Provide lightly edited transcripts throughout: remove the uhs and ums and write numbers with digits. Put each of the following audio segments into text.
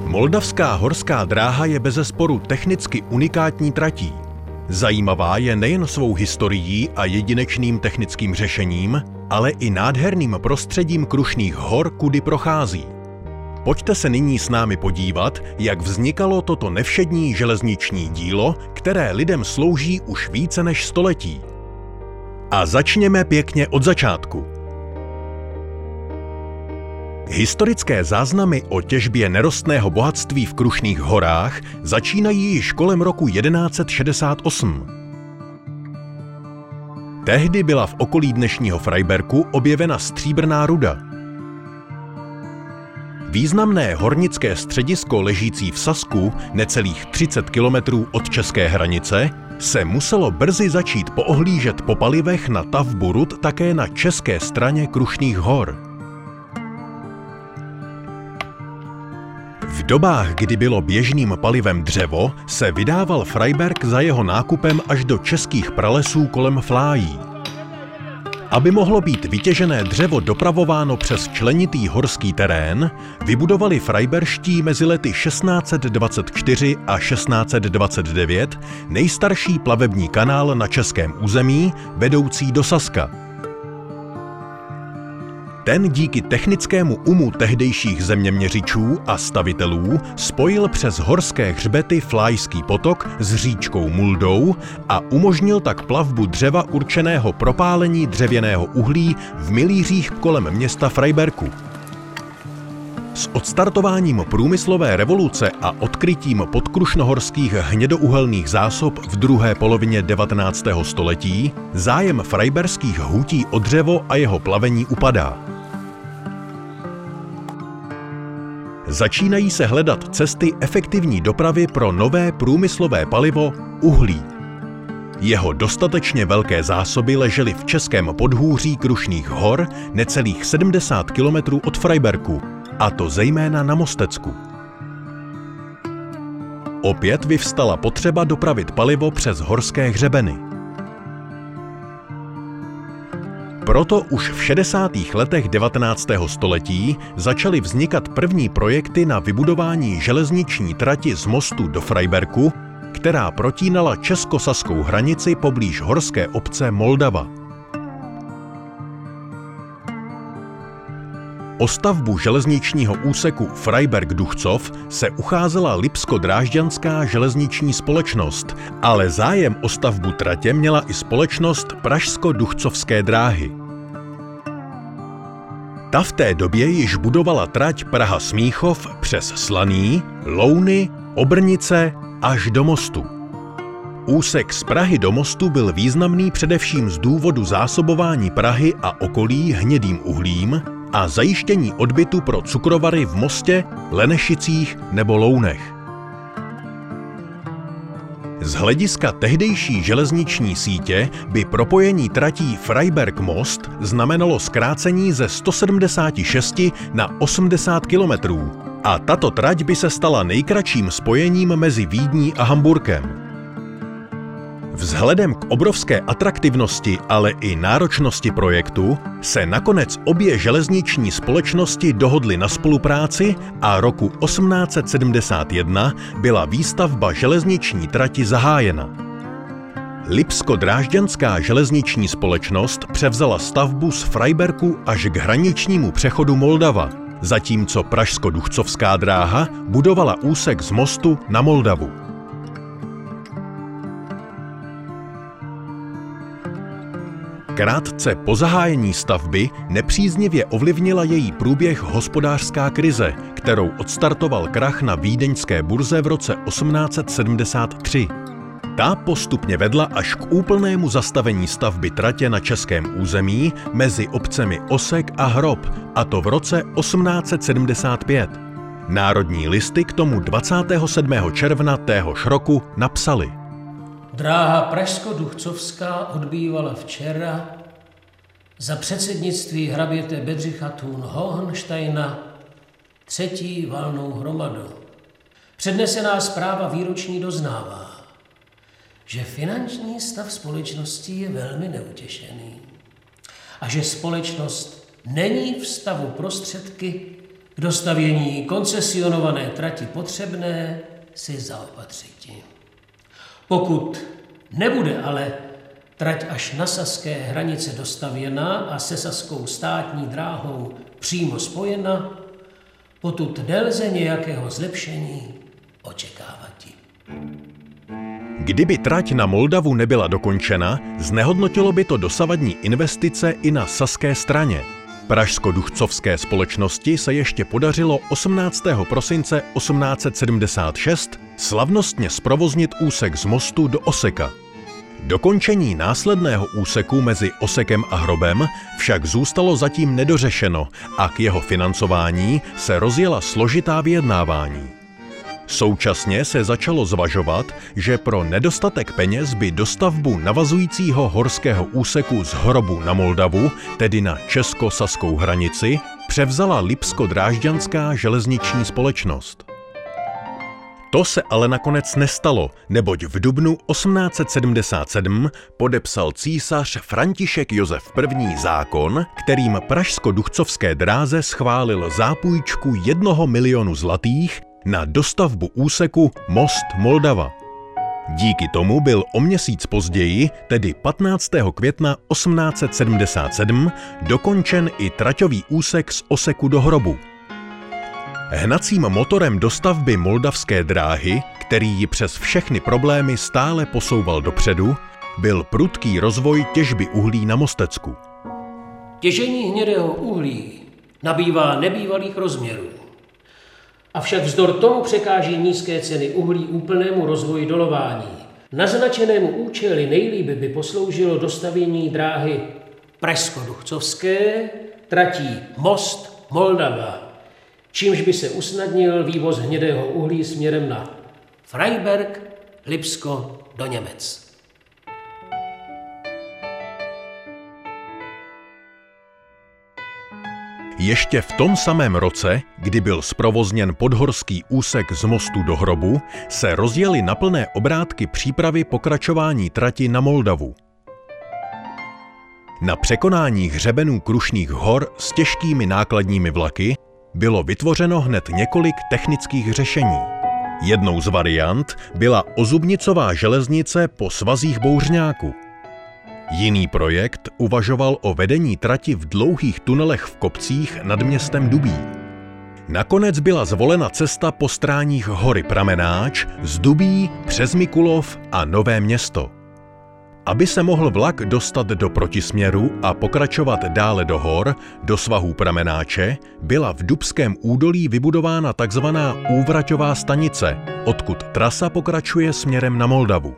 Moldavská horská dráha je bezesporu technicky unikátní tratí. Zajímavá je nejen svou historií a jedinečným technickým řešením, ale i nádherným prostředím Krušných hor, kudy prochází. Pojďte se nyní s námi podívat, jak vznikalo toto nevšední železniční dílo, které lidem slouží už více než století. A začněme pěkně od začátku. Historické záznamy o těžbě nerostného bohatství v Krušných horách začínají již kolem roku 1168. Tehdy byla v okolí dnešního Freibergu objevena stříbrná ruda. Významné hornické středisko ležící v Sasku, necelých 30 kilometrů od české hranice, se muselo brzy začít poohlížet po palivech na tavbu rud také na české straně Krušných hor. V dobách, kdy bylo běžným palivem dřevo, se vydával Freiberg za jeho nákupem až do českých pralesů kolem Flájí. Aby mohlo být vytěžené dřevo dopravováno přes členitý horský terén, vybudovali freiberští mezi lety 1624 a 1629 nejstarší plavební kanál na českém území, vedoucí do Saska. Ten díky technickému umu tehdejších zeměměřičů a stavitelů spojil přes horské hřbety Flájský potok s říčkou Muldou a umožnil tak plavbu dřeva určeného propálení dřevěného uhlí v milířích kolem města Freibergu. S odstartováním průmyslové revoluce a odkrytím podkrušnohorských hnědouhelných zásob v druhé polovině 19. století zájem freiberských hutí o dřevo a jeho plavení upadá. Začínají se hledat cesty efektivní dopravy pro nové průmyslové palivo uhlí. Jeho dostatečně velké zásoby ležely v českém podhůří Krušných hor necelých 70 kilometrů od Freibergu, a to zejména na Mostecku. Opět vyvstala potřeba dopravit palivo přes horské hřebeny. Proto už v 60. letech 19. století začaly vznikat první projekty na vybudování železniční trati z Mostu do Freibergu, která protínala českosaskou hranici poblíž horské obce Moldava. O stavbu železničního úseku Freiberg-Duchcov se ucházela Lipsko-Drážďanská železniční společnost, ale zájem o stavbu tratě měla i společnost Pražsko-Duchcovské dráhy. Ta v té době již budovala trať Praha-Smíchov přes Slaný, Louny, Obrnice až do Mostu. Úsek z Prahy do Mostu byl významný především z důvodu zásobování Prahy a okolí hnědým uhlím a zajištění odbytu pro cukrovary v Mostě, Lenešicích nebo Lounech. Z hlediska tehdejší železniční sítě by propojení tratí Freiberg-Most znamenalo zkrácení ze 176 na 80 kilometrů a tato trať by se stala nejkratším spojením mezi Vídní a Hamburkem. Vzhledem k obrovské atraktivnosti, ale i náročnosti projektu se nakonec obě železniční společnosti dohodly na spolupráci a roku 1871 byla výstavba železniční trati zahájena. Lipsko-Drážďanská železniční společnost převzala stavbu z Freibergu až k hraničnímu přechodu Moldava, zatímco Pražsko-Duchcovská dráha budovala úsek z Mostu na Moldavu. Krátce po zahájení stavby nepříznivě ovlivnila její průběh hospodářská krize, kterou odstartoval krach na vídeňské burze v roce 1873. Ta postupně vedla až k úplnému zastavení stavby tratě na českém území mezi obcemi Osek a Hrob, a to v roce 1875. Národní listy k tomu 27. června téhož roku napsali: Dráha Pražsko-Duchcovská odbývala včera za předsednictví hraběte Bedřicha Thun Hohensteina 3. valnou hromadu. Přednesená zpráva výroční doznává, že finanční stav společnosti je velmi neutěšený a že společnost není v stavu prostředky k dostavění koncesionované trati potřebné si zaopatřiti. Pokud nebude ale trať až na saské hranice dostavěna a se saskou státní dráhou přímo spojena, potud nelze nějakého zlepšení očekávati. Kdyby trať na Moldavu nebyla dokončena, znehodnotilo by to dosavadní investice i na saské straně. Pražsko-duchcovské společnosti se ještě podařilo 18. prosince 1876 slavnostně zprovoznit úsek z Mostu do Oseka. Dokončení následného úseku mezi Osekem a Hrobem však zůstalo zatím nedořešeno a k jeho financování se rozjela složitá vyjednávání. Současně se začalo zvažovat, že pro nedostatek peněz by dostavbu navazujícího horského úseku z Hrobu na Moldavu, tedy na česko-saskou hranici, převzala Lipsko-Drážďanská železniční společnost. To se ale nakonec nestalo, neboť v dubnu 1877 podepsal císař František Josef I. zákon, kterým pražsko-duchcovské dráze schválil zápůjčku 1 milionu zlatých na dostavbu úseku Most Moldava. Díky tomu byl o měsíc později, tedy 15. května 1877, dokončen i traťový úsek z Oseku do Hrobu. Hnacím motorem dostavby moldavské dráhy, který ji přes všechny problémy stále posouval dopředu, byl prudký rozvoj těžby uhlí na Mostecku. Těžení hnědého uhlí nabývá nebývalých rozměrů. Avšak vzdor tomu překáží nízké ceny uhlí úplnému rozvoji dolování. Naznačenému účeli nejlíbe by posloužilo dostavění dráhy pražsko-duchcovské tratí Most Moldava, čímž by se usnadnil vývoz hnědého uhlí směrem na Freiberg, Lipsko do Němec. Ještě v tom samém roce, kdy byl zprovozněn podhorský úsek z Mostu do Hrobu, se rozjely na plné obrátky přípravy pokračování trati na Moldavu. Na překonání hřebenů Krušných hor s těžkými nákladními vlaky bylo vytvořeno hned několik technických řešení. Jednou z variant byla ozubnicová železnice po svazích bouřňáku. Jiný projekt uvažoval o vedení trati v dlouhých tunelech v kopcích nad městem Dubí. Nakonec byla zvolena cesta po stráních hory Pramenáč z Dubí přes Mikulov a Nové Město. Aby se mohl vlak dostat do protisměru a pokračovat dále do hor, do svahů Pramenáče, byla v Dubském údolí vybudována takzvaná úvraťová stanice, odkud trasa pokračuje směrem na Moldavu.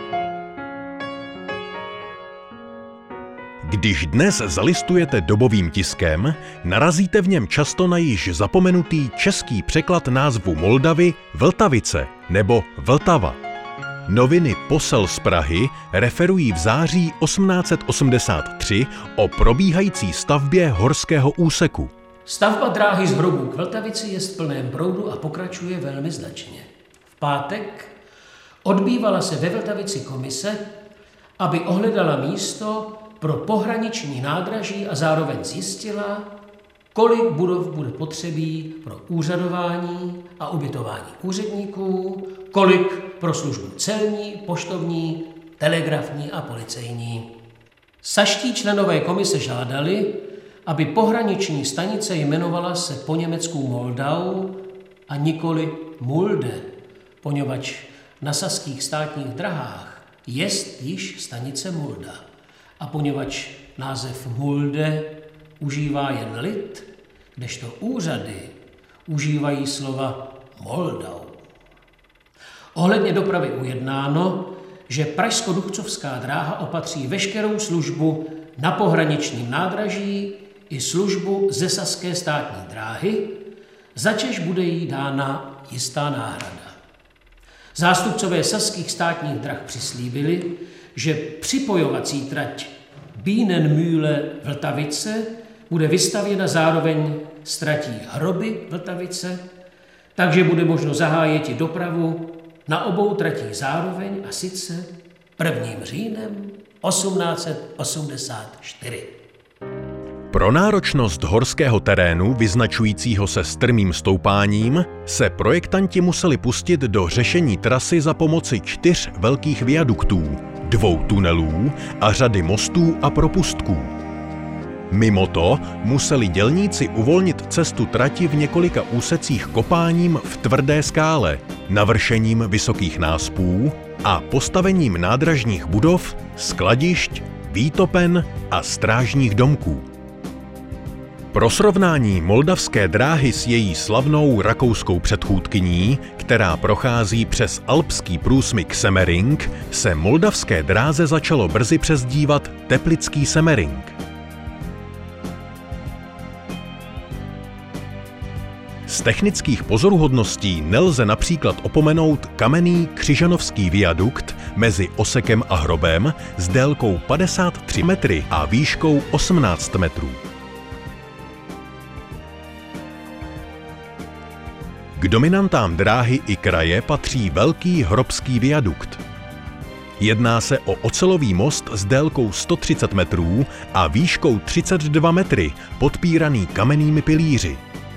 Když dnes zalistujete dobovým tiskem, narazíte v něm často na již zapomenutý český překlad názvu Moldavy Vltavice nebo Vltava. Noviny Posel z Prahy referují v září 1883 o probíhající stavbě horského úseku. Stavba dráhy z Hrobu k Vltavici je v plném proudu a pokračuje velmi značně. V pátek odbývala se ve Vltavici komise, aby ohledala místo pro pohraniční nádraží a zároveň zjistila, kolik budov bude potřebí pro úřadování a ubytování úředníků, kolik pro službu celní, poštovní, telegrafní a policejní. Saští členové komise žádali, aby pohraniční stanice jmenovala se po německu Moldau a nikoli Mulde, poněvadž na saských státních drahách jest již stanice Mulda. A poněvadž název Mulde užívá jen lid, kdežto úřady užívají slova Moldau. Ohledně dopravy ujednáno, že pražsko-duchcovská dráha opatří veškerou službu na pohraničním nádraží i službu ze saské státní dráhy, začež bude jí dána jistá náhrada. Zástupcové saských státních drah přislíbili, že připojovací trať Bienenmühle Vltavice bude vystavěna zároveň s tratí Hroby Vltavice, takže bude možno zahájit i dopravu na obou tratích zároveň a sice 1. říjnem 1884. Pro náročnost horského terénu, vyznačujícího se strmým stoupáním, se projektanti museli pustit do řešení trasy za pomoci 4 velkých viaduktů, 2 tunelů a řady mostů a propustků. Mimo to museli dělníci uvolnit cestu trati v několika úsecích kopáním v tvrdé skále, navršením vysokých náspů a postavením nádražních budov, skladišť, výtopen a strážních domků. Pro srovnání moldavské dráhy s její slavnou rakouskou předchůdkyní, která prochází přes alpský průsmyk Semmering, se moldavské dráze začalo brzy přezdívat Teplický Semmering. Z technických pozoruhodností nelze například opomenout kamenný křižanovský viadukt mezi Osekem a Hrobem s délkou 53 metry a výškou 18 metrů. K dominantám dráhy i kraje patří velký Hrobský viadukt. Jedná se o ocelový most s délkou 130 metrů a výškou 32 metry, podpíraný kamennými pilíři.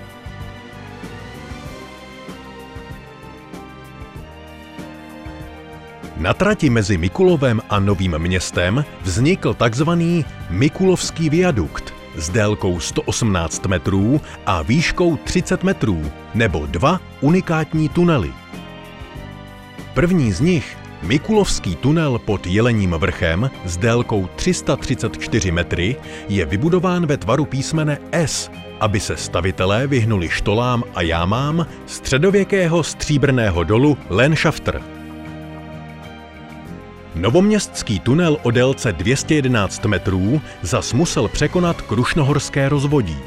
Na trati mezi Mikulovem a Novým Městem vznikl takzvaný Mikulovský viadukt s délkou 118 metrů a výškou 30 metrů, nebo 2 unikátní tunely. První z nich, Mikulovský tunel pod Jelením vrchem s délkou 334 metry, je vybudován ve tvaru písmene S, aby se stavitelé vyhnuli štolám a jámám středověkého stříbrného dolu Länschafter. Novoměstský tunel o délce 211 metrů zas musel překonat Krušnohorské rozvodí.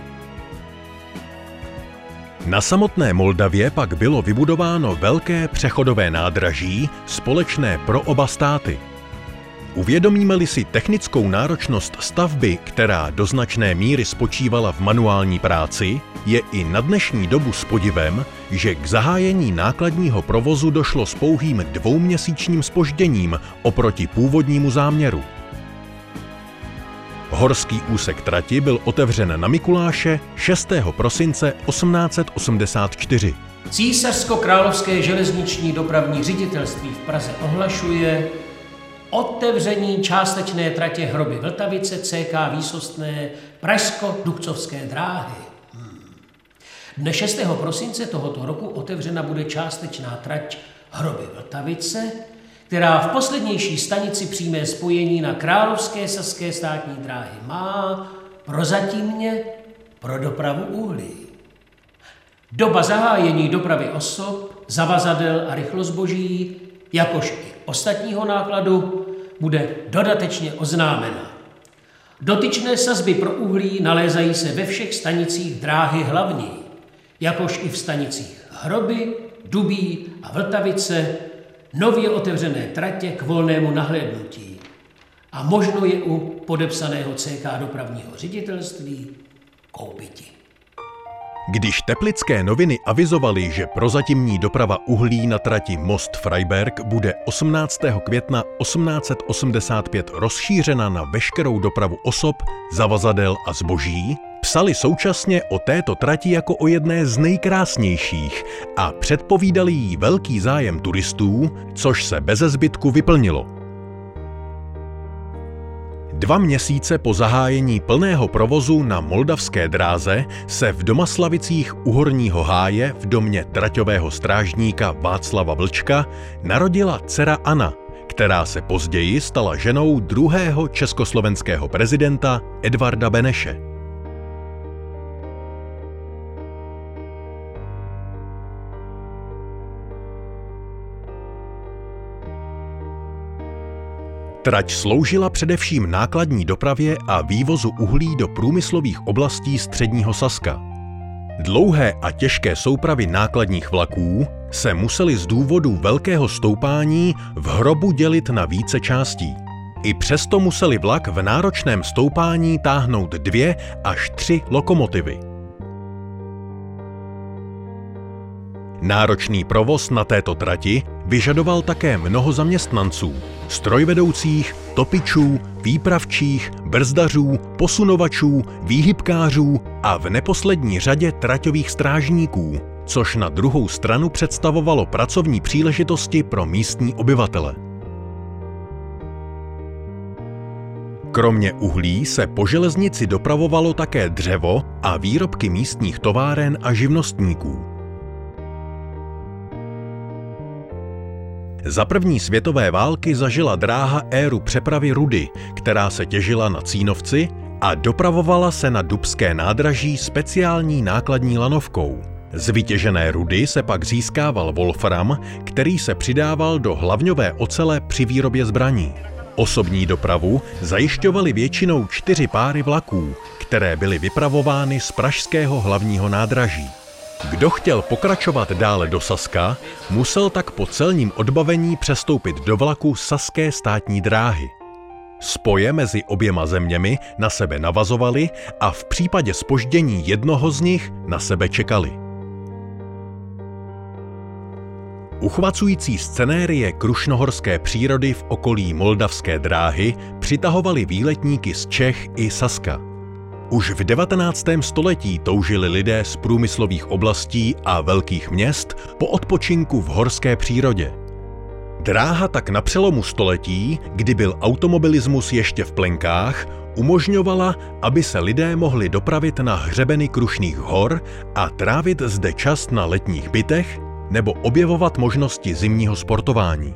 Na samotné Moldavě pak bylo vybudováno velké přechodové nádraží, společné pro oba státy. Uvědomíme-li si technickou náročnost stavby, která do značné míry spočívala v manuální práci, je i na dnešní dobu s podivem, že k zahájení nákladního provozu došlo s pouhým 2měsíčním zpožděním oproti původnímu záměru. Horský úsek trati byl otevřen na Mikuláše 6. prosince 1884. Císařsko-královské železniční dopravní ředitelství v Praze ohlašuje otevření částečné tratě Hroby Vltavice CK výsostné Pražsko-Duchcovské dráhy. Dne 6. prosince tohoto roku otevřena bude částečná trať Hroby Vltavice, která v poslednější stanici přímé spojení na Královské saské státní dráhy má prozatímně pro dopravu uhlí. Doba zahájení dopravy osob, zavazadel a rychlozboží, jakož i ostatního nákladu, bude dodatečně oznámena. Dotyčné sazby pro uhlí nalézají se ve všech stanicích dráhy hlavní, jakož i v stanicích Hroby, Dubí a Vltavice, nově otevřené tratě k volnému nahlédnutí. A možno je u podepsaného CK dopravního ředitelství koupiti. Když Teplické noviny avizovaly, že prozatímní doprava uhlí na trati Most-Freiberg bude 18. května 1885 rozšířena na veškerou dopravu osob, zavazadel a zboží, psali současně o této trati jako o jedné z nejkrásnějších a předpovídali jí velký zájem turistů, což se bezezbytku vyplnilo. 2 měsíce po zahájení plného provozu na moldavské dráze se v Domaslavicích u Horního Háje v domě traťového strážníka Václava Vlčka narodila dcera Anna, která se později stala ženou druhého československého prezidenta Edvarda Beneše. Trať sloužila především nákladní dopravě a vývozu uhlí do průmyslových oblastí středního Saska. Dlouhé a těžké soupravy nákladních vlaků se musely z důvodu velkého stoupání v Hrobu dělit na více částí. I přesto museli vlak v náročném stoupání táhnout 2 až 3 lokomotivy. Náročný provoz na této trati vyžadoval také mnoho zaměstnanců, strojvedoucích, topičů, výpravčích, brzdařů, posunovačů, výhybkářů a v neposlední řadě traťových strážníků, což na druhou stranu představovalo pracovní příležitosti pro místní obyvatele. Kromě uhlí se po železnici dopravovalo také dřevo a výrobky místních továren a živnostníků. Za první světové války zažila dráha éru přepravy rudy, která se těžila na Cínovci a dopravovala se na Dubské nádraží speciální nákladní lanovkou. Z vytěžené rudy se pak získával wolfram, který se přidával do hlavňové ocele při výrobě zbraní. Osobní dopravu zajišťovaly většinou 4 páry vlaků, které byly vypravovány z pražského hlavního nádraží. Kdo chtěl pokračovat dále do Saska, musel tak po celním odbavení přestoupit do vlaku Saské státní dráhy. Spoje mezi oběma zeměmi na sebe navazovaly a v případě zpoždění jednoho z nich na sebe čekali. Uchvacující scenérie krušnohorské přírody v okolí Moldavské dráhy přitahovaly výletníky z Čech i Saska. Už v 19. století toužili lidé z průmyslových oblastí a velkých měst po odpočinku v horské přírodě. Dráha tak na přelomu století, kdy byl automobilismus ještě v plenkách, umožňovala, aby se lidé mohli dopravit na hřebeny Krušných hor a trávit zde čas na letních bytech nebo objevovat možnosti zimního sportování.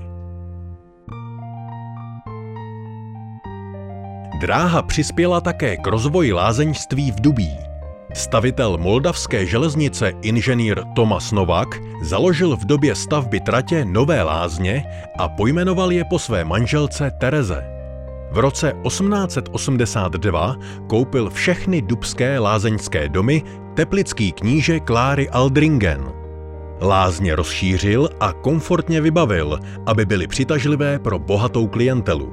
Dráha přispěla také k rozvoji lázeňství v Dubí. Stavitel moldavské železnice inženýr Tomas Novak založil v době stavby tratě nové lázně a pojmenoval je po své manželce Tereze. V roce 1882 koupil všechny dubské lázeňské domy teplický kníže Kláry Aldringen. Lázně rozšířil a komfortně vybavil, aby byly přitažlivé pro bohatou klientelu.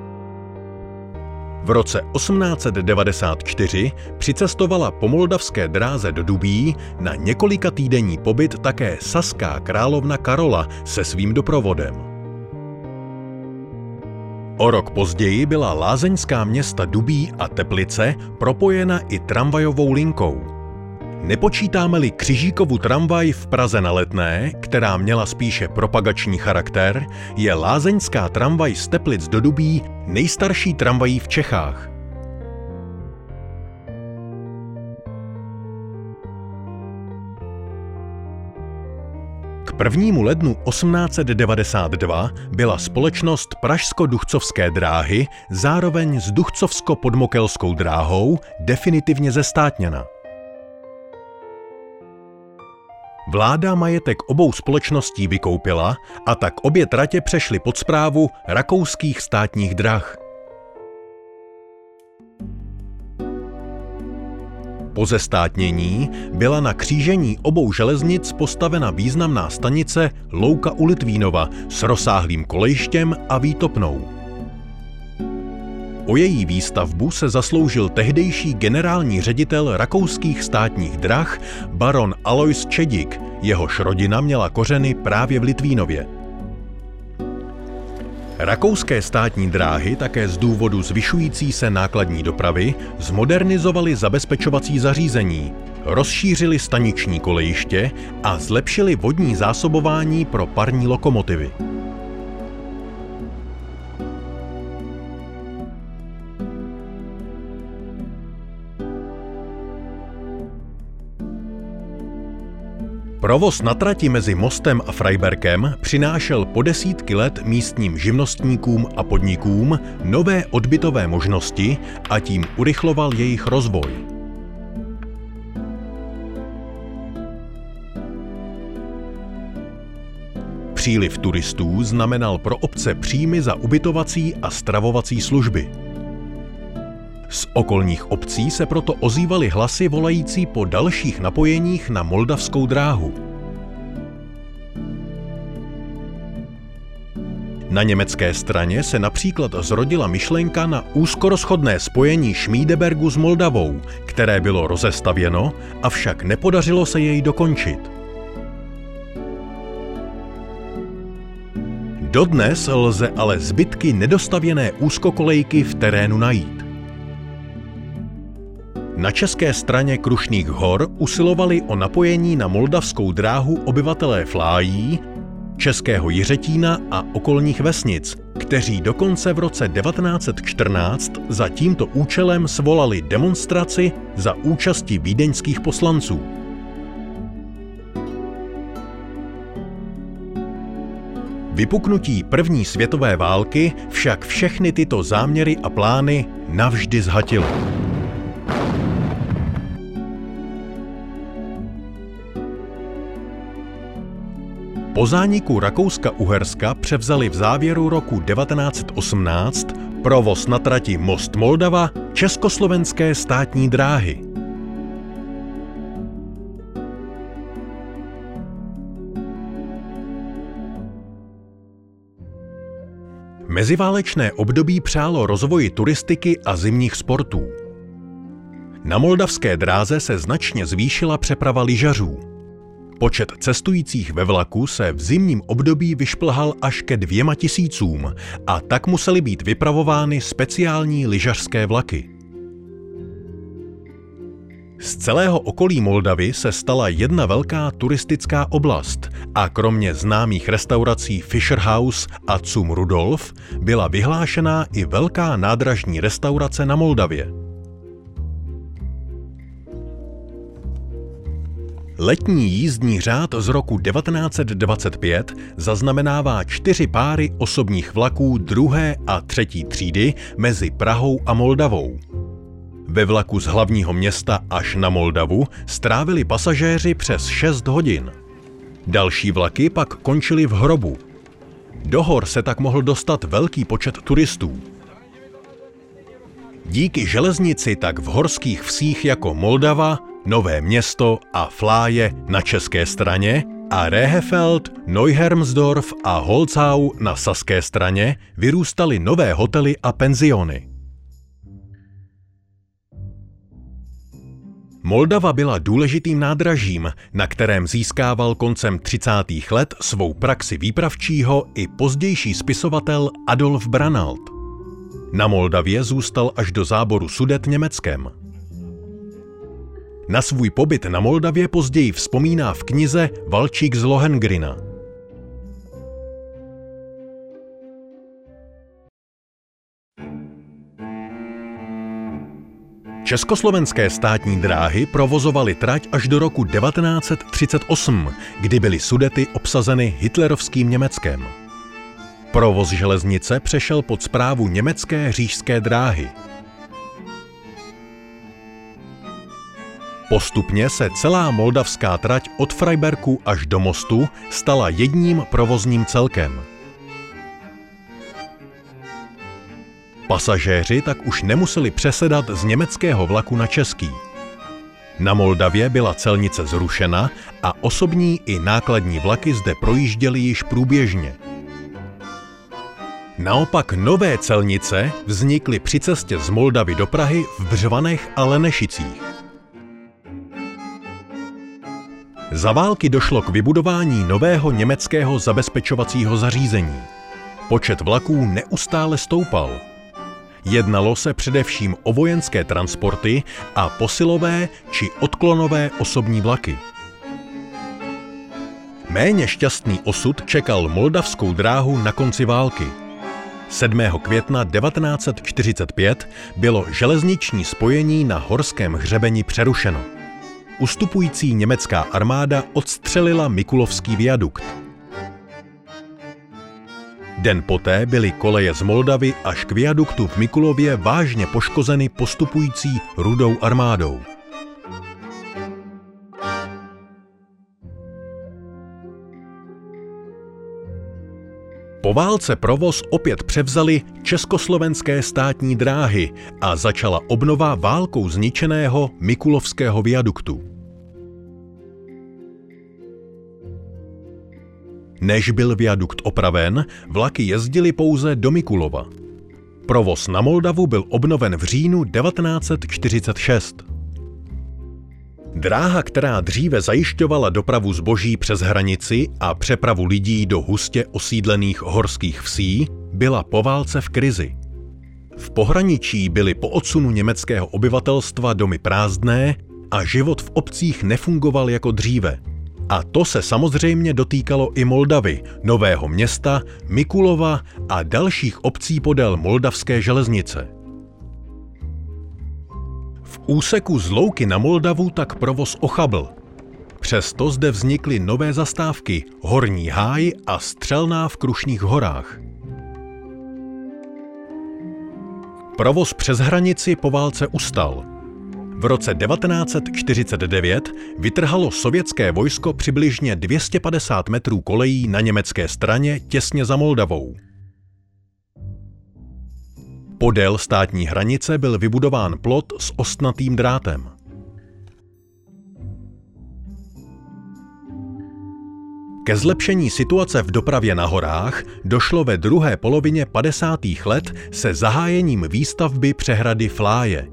V roce 1894 přicestovala po moldavské dráze do Dubí na několikatýdenní pobyt také saská královna Karola se svým doprovodem. O rok později byla lázeňská města Dubí a Teplice propojena i tramvajovou linkou. Nepočítáme-li Křižíkovu tramvaj v Praze na Letné, která měla spíše propagační charakter, je lázeňská tramvaj z Teplic do Dubí nejstarší tramvají v Čechách. K 1. lednu 1892 byla společnost Pražsko-Duchcovské dráhy zároveň s Duchcovsko-Podmokelskou dráhou definitivně zestátněna. Vláda majetek obou společností vykoupila a tak obě tratě přešly pod správu rakouských státních drah. Po zestátnění byla na křížení obou železnic postavena významná stanice Louka u Litvínova s rozsáhlým kolejištěm a výtopnou. O její výstavbu se zasloužil tehdejší generální ředitel rakouských státních drah baron Alois Čedik, jehož rodina měla kořeny právě v Litvínově. Rakouské státní dráhy také z důvodu zvyšující se nákladní dopravy zmodernizovaly zabezpečovací zařízení, rozšířili staniční kolejiště a zlepšili vodní zásobování pro parní lokomotivy. Provoz na trati mezi Mostem a Freibergem přinášel po desítky let místním živnostníkům a podnikům nové odbytové možnosti a tím urychloval jejich rozvoj. Příliv turistů znamenal pro obce příjmy za ubytovací a stravovací služby. Z okolních obcí se proto ozývaly hlasy volající po dalších napojeních na moldavskou dráhu. Na německé straně se například zrodila myšlenka na úzkorozchodné spojení Schmiedebergu s Moldavou, které bylo rozestavěno, avšak nepodařilo se jej dokončit. Dodnes lze ale zbytky nedostavěné úzkokolejky v terénu najít. Na české straně Krušných hor usilovali o napojení na moldavskou dráhu obyvatelé Flájí, Českého Jiřetína a okolních vesnic, kteří dokonce v roce 1914 za tímto účelem svolali demonstraci za účasti vídeňských poslanců. Vypuknutí první světové války však všechny tyto záměry a plány navždy zhatilo. Po zániku Rakouska-Uherska převzali v závěru roku 1918 provoz na trati Most Moldava Československé státní dráhy. Meziválečné období přálo rozvoji turistiky a zimních sportů. Na moldavské dráze se značně zvýšila přeprava lyžařů. Počet cestujících ve vlaku se v zimním období vyšplhal až ke 2 000 a tak musely být vypravovány speciální lyžařské vlaky. Z celého okolí Moldavy se stala jedna velká turistická oblast a kromě známých restaurací Fischer House a Zum Rudolf byla vyhlášená i velká nádražní restaurace na Moldavě. Letní jízdní řád z roku 1925 zaznamenává 4 páry osobních vlaků 2. a 3. třídy mezi Prahou a Moldavou. Ve vlaku z hlavního města až na Moldavu strávili pasažéři přes 6 hodin. Další vlaky pak končily v Hrobu. Do hor se tak mohl dostat velký počet turistů. Díky železnici tak v horských vsích jako Moldava, Nové Město a Fláje na české straně a Rehefeld, Neuhermsdorf a Holzhau na saské straně vyrůstaly nové hotely a penziony. Moldava byla důležitým nádražím, na kterém získával koncem 30. let svou praxi výpravčího i pozdější spisovatel Adolf Branald. Na Moldavě zůstal až do záboru Sudet Německem. Na svůj pobyt na Moldavě později vzpomíná v knize Valčík z Lohengrina. Československé státní dráhy provozovaly trať až do roku 1938, kdy byly Sudety obsazeny hitlerovským Německem. Provoz železnice přešel pod správu německé říšské dráhy. Postupně se celá moldavská trať od Freibergu až do Mostu stala jedním provozním celkem. Pasažéři tak už nemuseli přesedat z německého vlaku na český. Na Moldavě byla celnice zrušena a osobní i nákladní vlaky zde projížděly již průběžně. Naopak nové celnice vznikly při cestě z Moldavy do Prahy v Břvanech a Lenešicích. Za války došlo k vybudování nového německého zabezpečovacího zařízení. Počet vlaků neustále stoupal. Jednalo se především o vojenské transporty a posilové či odklonové osobní vlaky. Méně šťastný osud čekal moldavskou dráhu na konci války. 7. května 1945 bylo železniční spojení na Horském hřebeni přerušeno. Ustupující německá armáda odstřelila Mikulovský viadukt. Den poté byly koleje z Moldavy až k viaduktu v Mikulově vážně poškozeny postupující Rudou armádou. Po válce provoz opět převzaly Československé státní dráhy a začala obnova válkou zničeného Mikulovského viaduktu. Než byl viadukt opraven, vlaky jezdily pouze do Mikulova. Provoz na Moldavu byl obnoven v říjnu 1946. Dráha, která dříve zajišťovala dopravu zboží přes hranici a přepravu lidí do hustě osídlených horských vsí, byla po válce v krizi. V pohraničí byly po odsunu německého obyvatelstva domy prázdné a život v obcích nefungoval jako dříve. A to se samozřejmě dotýkalo i Moldavy, Nového Města, Mikulova a dalších obcí podél moldavské železnice. V úseku z Louky na Moldavu tak provoz ochabl. Přesto zde vznikly nové zastávky Horní Háj a Střelná v Krušných horách. Provoz přes hranici po válce ustal. V roce 1949 vytrhalo sovětské vojsko přibližně 250 metrů kolejí na německé straně těsně za Moldavou. Podél státní hranice byl vybudován plot s ostnatým drátem. Ke zlepšení situace v dopravě na horách došlo ve druhé polovině 50. let se zahájením výstavby přehrady Fláje.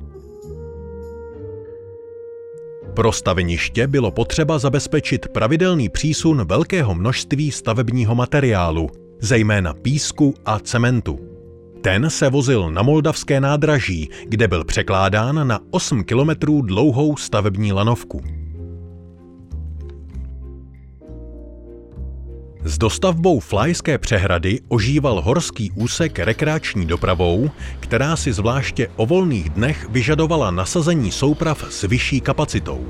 Pro staveniště bylo potřeba zabezpečit pravidelný přísun velkého množství stavebního materiálu, zejména písku a cementu. Ten se vozil na moldavské nádraží, kde byl překládán na 8 kilometrů dlouhou stavební lanovku. S dostavbou Flajské přehrady ožíval horský úsek rekreační dopravou, která si zvláště o volných dnech vyžadovala nasazení souprav s vyšší kapacitou.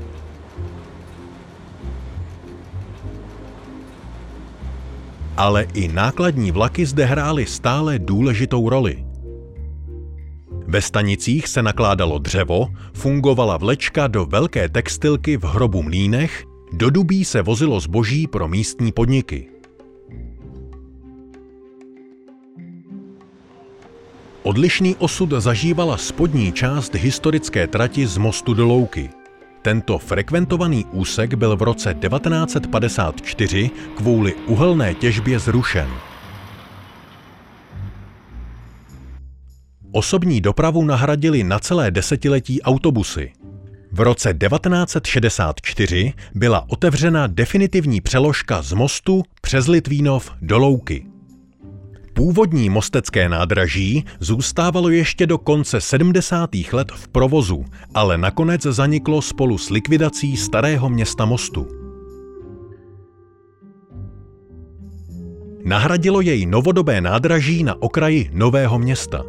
Ale i nákladní vlaky zde hrály stále důležitou roli. Ve stanicích se nakládalo dřevo, fungovala vlečka do velké textilky v Hrobu Mlýnech, do Dubí se vozilo zboží pro místní podniky. Odlišný osud zažívala spodní část historické trati z Mostu do Louky. Tento frekventovaný úsek byl v roce 1954 kvůli uhelné těžbě zrušen. Osobní dopravu nahradili na celé desetiletí autobusy. V roce 1964 byla otevřena definitivní přeložka z Mostu přes Litvínov do Louky. Původní mostecké nádraží zůstávalo ještě do konce 70. let v provozu, ale nakonec zaniklo spolu s likvidací Starého Města Mostu. Nahradilo jej novodobé nádraží na okraji Nového Města.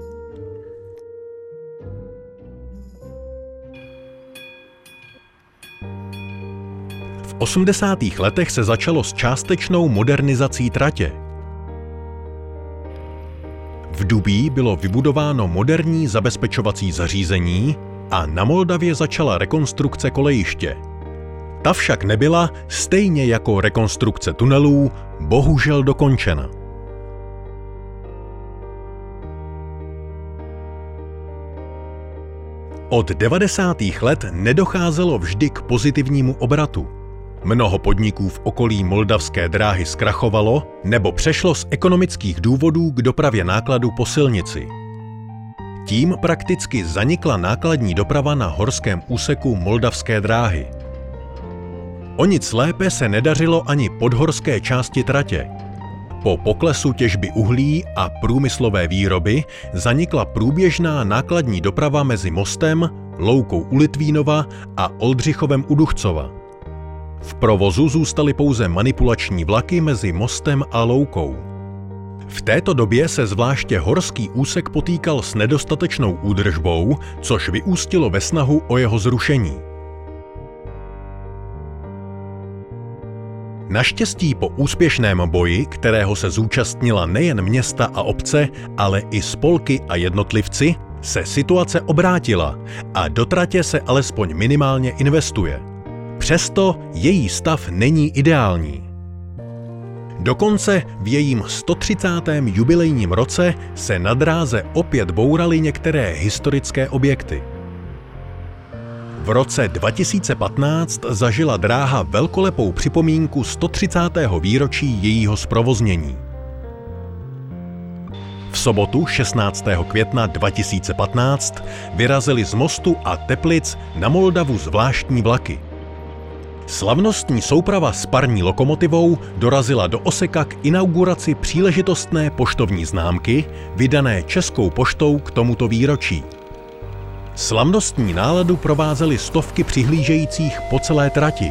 V 80. letech se začalo s částečnou modernizací tratě. V Dubí bylo vybudováno moderní zabezpečovací zařízení a na Moldavě začala rekonstrukce kolejiště. Ta však nebyla, stejně jako rekonstrukce tunelů, bohužel dokončena. Od 90. let nedocházelo vždy k pozitivnímu obratu. Mnoho podniků v okolí moldavské dráhy zkrachovalo nebo přešlo z ekonomických důvodů k dopravě nákladu po silnici. Tím prakticky zanikla nákladní doprava na horském úseku moldavské dráhy. O nic lépe se nedařilo ani podhorské části tratě. Po poklesu těžby uhlí a průmyslové výroby zanikla průběžná nákladní doprava mezi Mostem, Loukou u Litvínova a Oldřichovem u Duchcova. V provozu zůstaly pouze manipulační vlaky mezi Mostem a Loukou. V této době se zvláště horský úsek potýkal s nedostatečnou údržbou, což vyústilo ve snahu o jeho zrušení. Naštěstí po úspěšném boji, kterého se zúčastnila nejen města a obce, ale i spolky a jednotlivci, se situace obrátila a do tratě se alespoň minimálně investuje. Přesto její stav není ideální. Dokonce v jejím 130. jubilejním roce se na dráze opět bouraly některé historické objekty. V roce 2015 zažila dráha velkolepou připomínku 130. výročí jejího zprovoznění. V sobotu 16. května 2015 vyrazily z Mostu a Teplic na Moldavu zvláštní vlaky. Slavnostní souprava s parní lokomotivou dorazila do Oseka k inauguraci příležitostné poštovní známky, vydané Českou poštou k tomuto výročí. Slavnostní náladu provázely stovky přihlížejících po celé trati.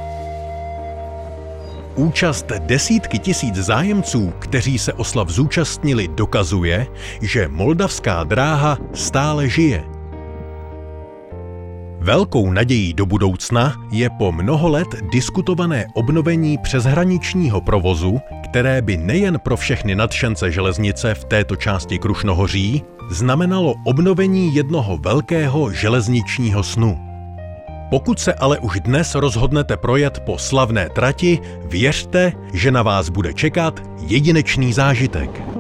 Účast desítky tisíc zájemců, kteří se oslav zúčastnili, dokazuje, že moldavská dráha stále žije. Velkou nadějí do budoucna je po mnoho let diskutované obnovení přeshraničního provozu, které by nejen pro všechny nadšence železnice v této části Krušnohoří znamenalo obnovení jednoho velkého železničního snu. Pokud se ale už dnes rozhodnete projet po slavné trati, věřte, že na vás bude čekat jedinečný zážitek.